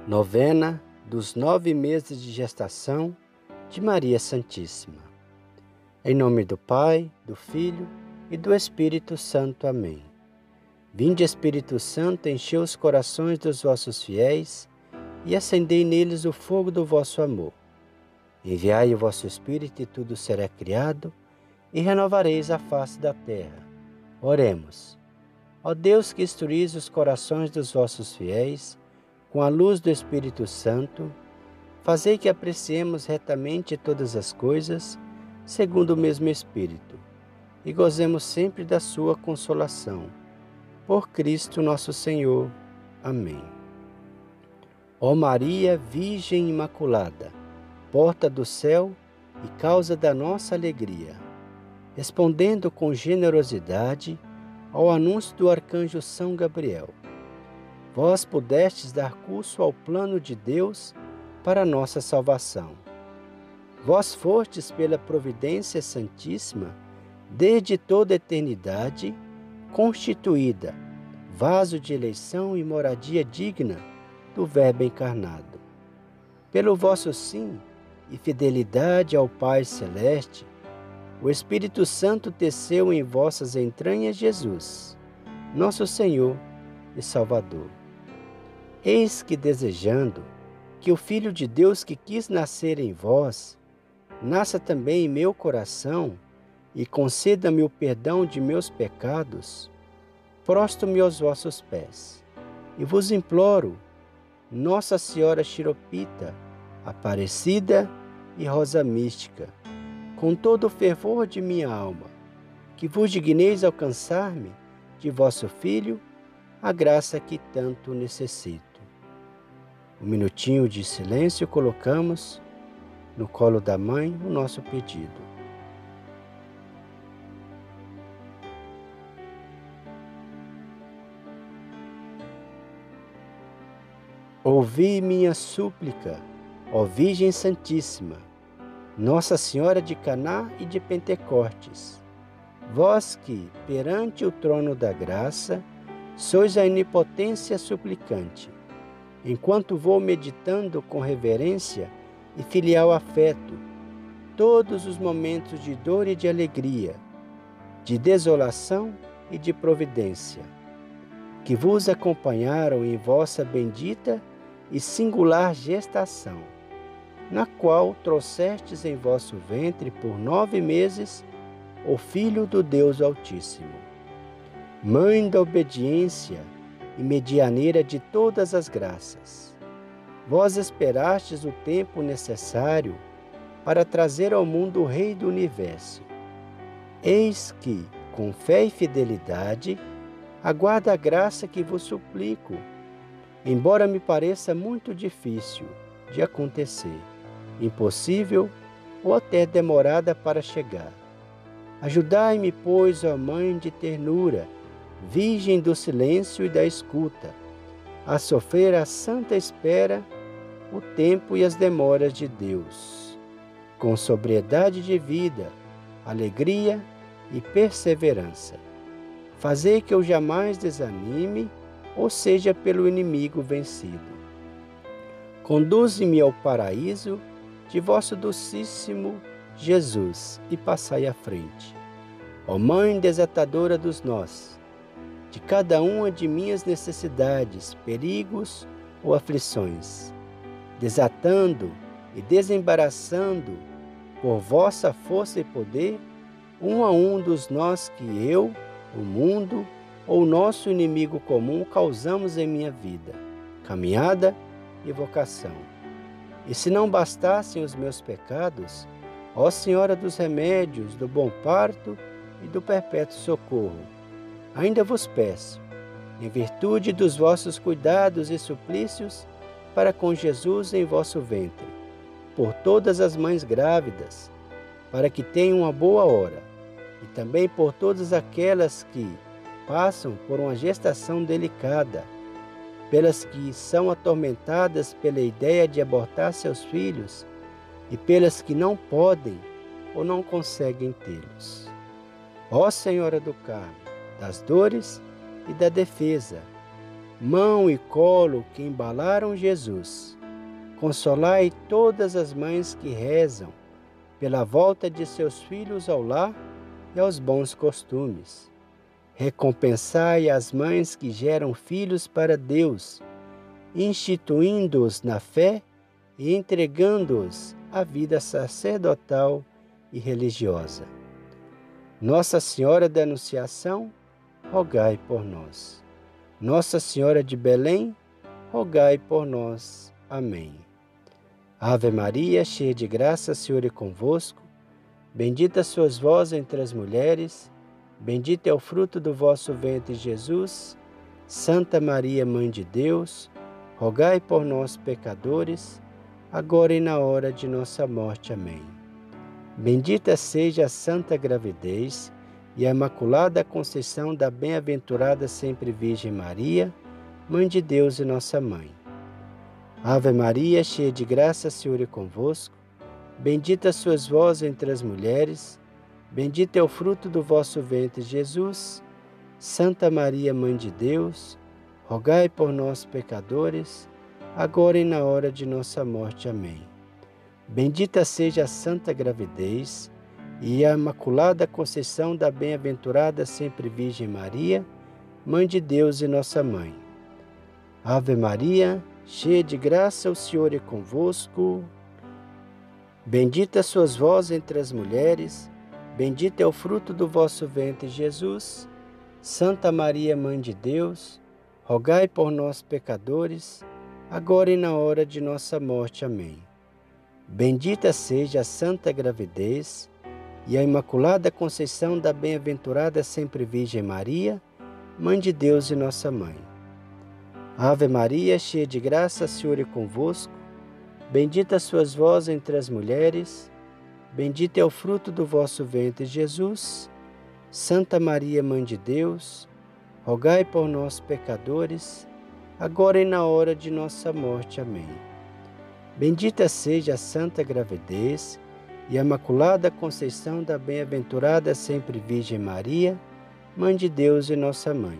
Novena dos 9 meses de gestação de Maria Santíssima. Em nome do Pai, do Filho e do Espírito Santo. Amém. Vinde, Espírito Santo, enchei os corações dos vossos fiéis e acendei neles o fogo do vosso amor. Enviai o vosso Espírito e tudo será criado e renovareis a face da terra. Oremos. Ó Deus, que instruís os corações dos vossos fiéis com a luz do Espírito Santo, fazei que apreciemos retamente todas as coisas, segundo o mesmo Espírito, e gozemos sempre da sua consolação. Por Cristo nosso Senhor. Amém. Ó Maria, Virgem Imaculada, porta do céu e causa da nossa alegria, respondendo com generosidade ao anúncio do arcanjo São Gabriel, vós pudestes dar curso ao plano de Deus para a nossa salvação. Vós fostes pela providência santíssima, desde toda a eternidade, constituída, vaso de eleição e moradia digna do Verbo encarnado. Pelo vosso sim e fidelidade ao Pai Celeste, o Espírito Santo teceu em vossas entranhas Jesus, nosso Senhor e Salvador. Eis que, desejando que o Filho de Deus que quis nascer em vós, nasça também em meu coração e conceda-me o perdão de meus pecados, prostro-me aos vossos pés e vos imploro, Nossa Senhora Chiropita, Aparecida e Rosa Mística, com todo o fervor de minha alma, que vos digneis alcançar-me de vosso Filho a graça que tanto necessito. Um minutinho de silêncio, colocamos no colo da mãe o nosso pedido. Ouvi minha súplica, ó Virgem Santíssima, Nossa Senhora de Caná e de Pentecostes, vós que, perante o trono da graça, sois a onipotência suplicante, enquanto vou meditando com reverência e filial afeto todos os momentos de dor e de alegria, de desolação e de providência, que vos acompanharam em vossa bendita e singular gestação, na qual trouxestes em vosso ventre por 9 meses o Filho do Deus Altíssimo. Mãe da obediência e medianeira de todas as graças, vós esperastes o tempo necessário para trazer ao mundo o Rei do Universo. Eis que, com fé e fidelidade, aguardo a graça que vos suplico, embora me pareça muito difícil de acontecer, impossível ou até demorada para chegar. Ajudai-me, pois, ó Mãe de ternura, Virgem do silêncio e da escuta, a sofrer a santa espera, o tempo e as demoras de Deus, com sobriedade de vida, alegria e perseverança. Fazei que eu jamais desanime ou seja pelo inimigo vencido. Conduze-me ao paraíso de vosso docíssimo Jesus e passai à frente. Ó Mãe desatadora dos nós, de cada uma de minhas necessidades, perigos ou aflições, desatando e desembaraçando por vossa força e poder, um a um dos nós que eu, o mundo ou nosso inimigo comum causamos em minha vida, caminhada e vocação. E se não bastassem os meus pecados, ó Senhora dos remédios, do bom parto e do perpétuo socorro, ainda vos peço, em virtude dos vossos cuidados e suplícios para com Jesus em vosso ventre, por todas as mães grávidas, para que tenham uma boa hora, e também por todas aquelas que passam por uma gestação delicada, pelas que são atormentadas pela ideia de abortar seus filhos e pelas que não podem ou não conseguem tê-los. Ó Senhora do Carmo, das dores e da defesa, mão e colo que embalaram Jesus. Consolai todas as mães que rezam pela volta de seus filhos ao lar e aos bons costumes. Recompensai as mães que geram filhos para Deus, instituindo-os na fé e entregando-os à vida sacerdotal e religiosa. Nossa Senhora da Anunciação, rogai por nós. Nossa Senhora de Belém, rogai por nós. Amém. Ave Maria, cheia de graça, o Senhor é convosco. Bendita sois vós entre as mulheres, bendito é o fruto do vosso ventre, Jesus. Santa Maria, Mãe de Deus, rogai por nós, pecadores, agora e na hora de nossa morte. Amém. Bendita seja a santa gravidez e a imaculada conceição da bem-aventurada sempre Virgem Maria, Mãe de Deus e nossa Mãe. Ave Maria, cheia de graça, o Senhor é convosco. Bendita sois vós entre as mulheres, bendito é o fruto do vosso ventre, Jesus. Santa Maria, Mãe de Deus, rogai por nós, pecadores, agora e na hora de nossa morte. Amém. Bendita seja a santa gravidez e a imaculada conceição da bem-aventurada sempre Virgem Maria, Mãe de Deus e nossa Mãe. Ave Maria, cheia de graça, o Senhor é convosco. Bendita sois vós entre as mulheres, bendito é o fruto do vosso ventre, Jesus. Santa Maria, Mãe de Deus, rogai por nós, pecadores, agora e na hora de nossa morte. Amém. Bendita seja a santa gravidez e a imaculada conceição da bem-aventurada sempre Virgem Maria, Mãe de Deus e nossa Mãe. Ave Maria, cheia de graça, o Senhor é convosco. Bendita sois vós entre as mulheres, bendito é o fruto do vosso ventre, Jesus. Santa Maria, Mãe de Deus, rogai por nós, pecadores, agora e na hora de nossa morte. Amém. Bendita seja a santa gravidez e a imaculada conceição da bem-aventurada sempre Virgem Maria, Mãe de Deus e nossa Mãe.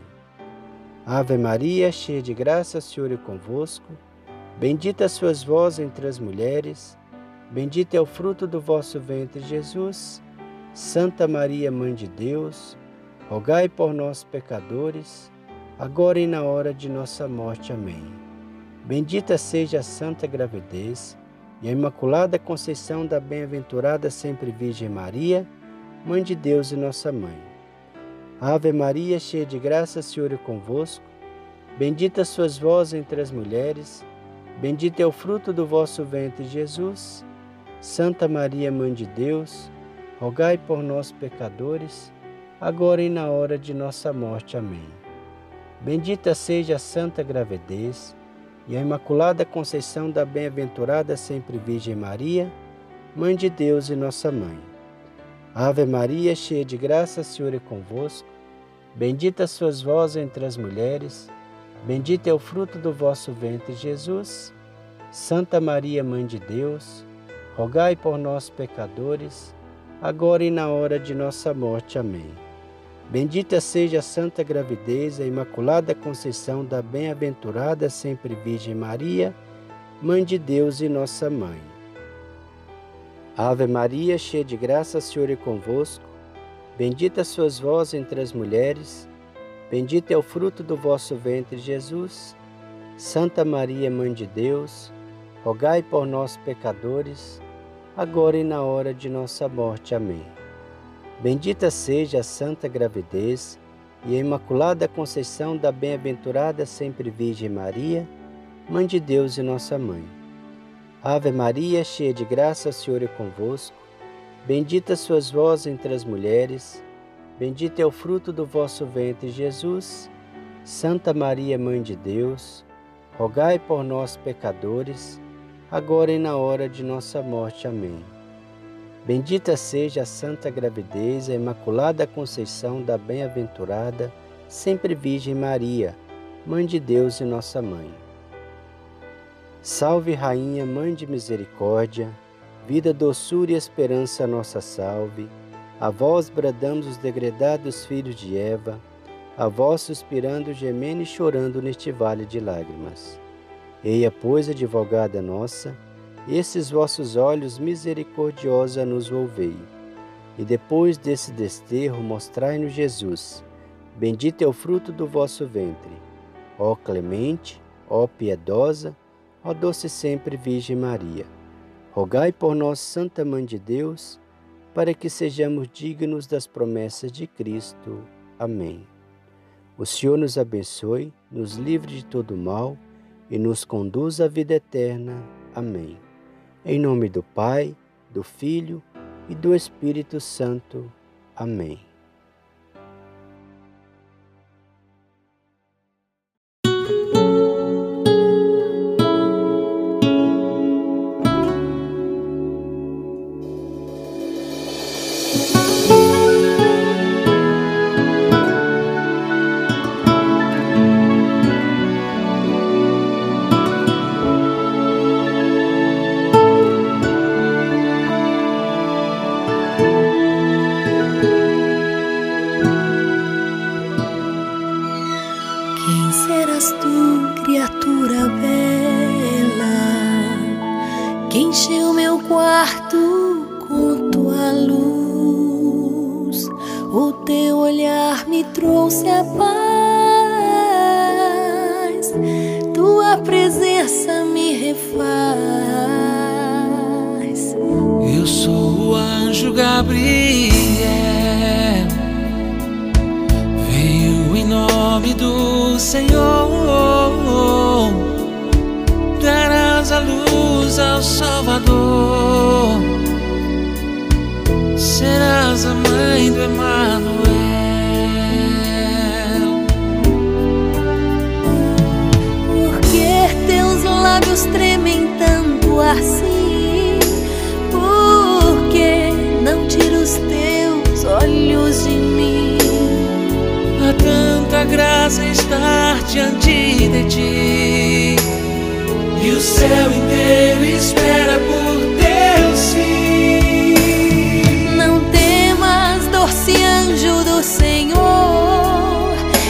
Ave Maria, cheia de graça, o Senhor é convosco. Bendita sois vós entre as mulheres, bendito é o fruto do vosso ventre, Jesus. Santa Maria, Mãe de Deus, rogai por nós, pecadores, agora e na hora de nossa morte. Amém. Bendita seja a santa gravidez e a imaculada conceição da bem-aventurada sempre Virgem Maria, Mãe de Deus e nossa Mãe. Ave Maria, cheia de graça, o Senhor é convosco. Bendita sois vós entre as mulheres, bendito é o fruto do vosso ventre, Jesus. Santa Maria, Mãe de Deus, rogai por nós, pecadores, agora e na hora de nossa morte. Amém. Bendita seja a santa gravidez e a imaculada conceição da bem-aventurada sempre Virgem Maria, Mãe de Deus e nossa Mãe. Ave Maria, cheia de graça, o Senhor é convosco. Bendita sois vós entre as mulheres, bendito é o fruto do vosso ventre, Jesus. Santa Maria, Mãe de Deus, rogai por nós, pecadores, agora e na hora de nossa morte. Amém. Bendita seja a santa gravidez e a imaculada conceição da bem-aventurada sempre Virgem Maria, Mãe de Deus e nossa Mãe. Ave Maria, cheia de graça, o Senhor é convosco. Bendita sois vós entre as mulheres, bendito é o fruto do vosso ventre, Jesus. Santa Maria, Mãe de Deus, rogai por nós, pecadores, agora e na hora de nossa morte. Amém. Bendita seja a santa gravidez e a imaculada conceição da bem-aventurada sempre Virgem Maria, Mãe de Deus e nossa Mãe. Ave Maria, cheia de graça, o Senhor é convosco. Bendita sois vós entre as mulheres, bendito é o fruto do vosso ventre, Jesus. Santa Maria, Mãe de Deus, rogai por nós, pecadores, agora e na hora de nossa morte. Amém. Bendita seja a santa gravidez e a imaculada conceição da bem-aventurada sempre Virgem Maria, Mãe de Deus e nossa Mãe. Salve, Rainha, Mãe de Misericórdia, vida, doçura e esperança, nossa salve. A vós bradamos os degredados filhos de Eva, a vós suspirando, gemendo e chorando neste vale de lágrimas. Eia, pois, advogada nossa, esses vossos olhos misericordiosos a nos volvei. E depois desse desterro, mostrai-nos Jesus. Bendito é o fruto do vosso ventre. Ó clemente, ó piedosa, ó doce sempre Virgem Maria. Rogai por nós, Santa Mãe de Deus, para que sejamos dignos das promessas de Cristo. Amém. O Senhor nos abençoe, nos livre de todo mal e nos conduz à vida eterna. Amém. Em nome do Pai, do Filho e do Espírito Santo. Amém. Quem serás tu, criatura bela, que encheu meu quarto com tua luz? O teu olhar me trouxe a paz, tua presença me refaz. Eu sou o anjo Gabriel, veio em nome do Senhor, darás a luz ao Salvador, serás a mãe do Emanuel. Por que teus lábios tremem tanto assim? Por que não tira os teus olhos de mim? Há tanta graça em estar diante de ti, e o céu inteiro espera por teu sim. Não temas, doce anjo do Senhor,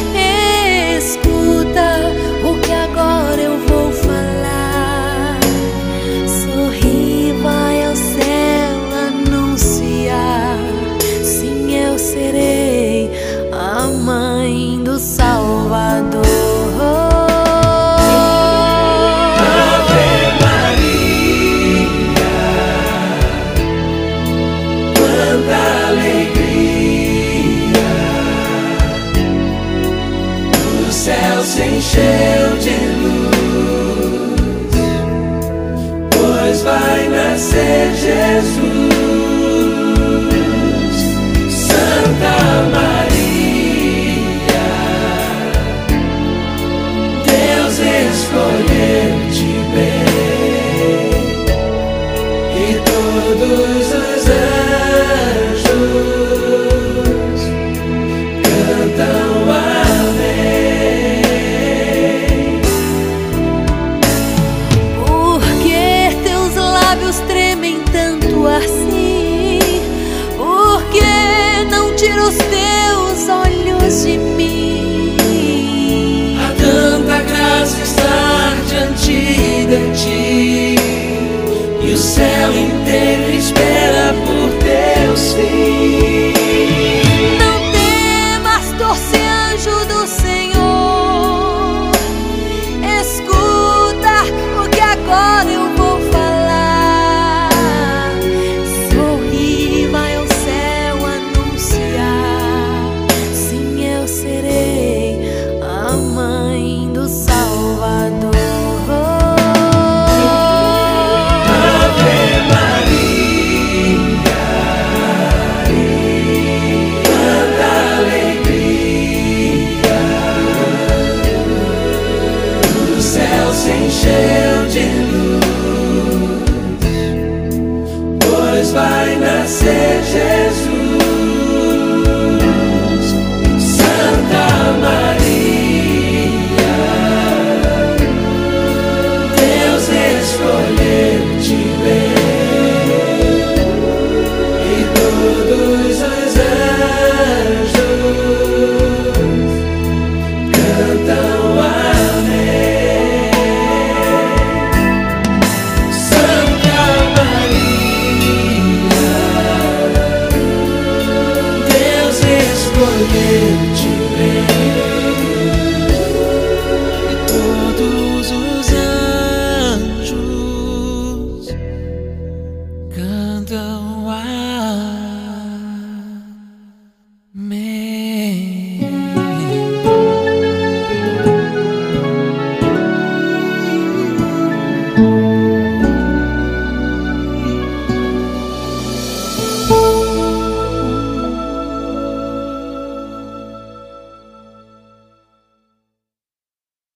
escuta o que agora eu vou falar. Sorri, vai ao céu anunciar, sim, eu serei a mãe do Salvador. Ave Maria, quanta alegria, o céu se encheu de luz, pois vai nascer Jesus.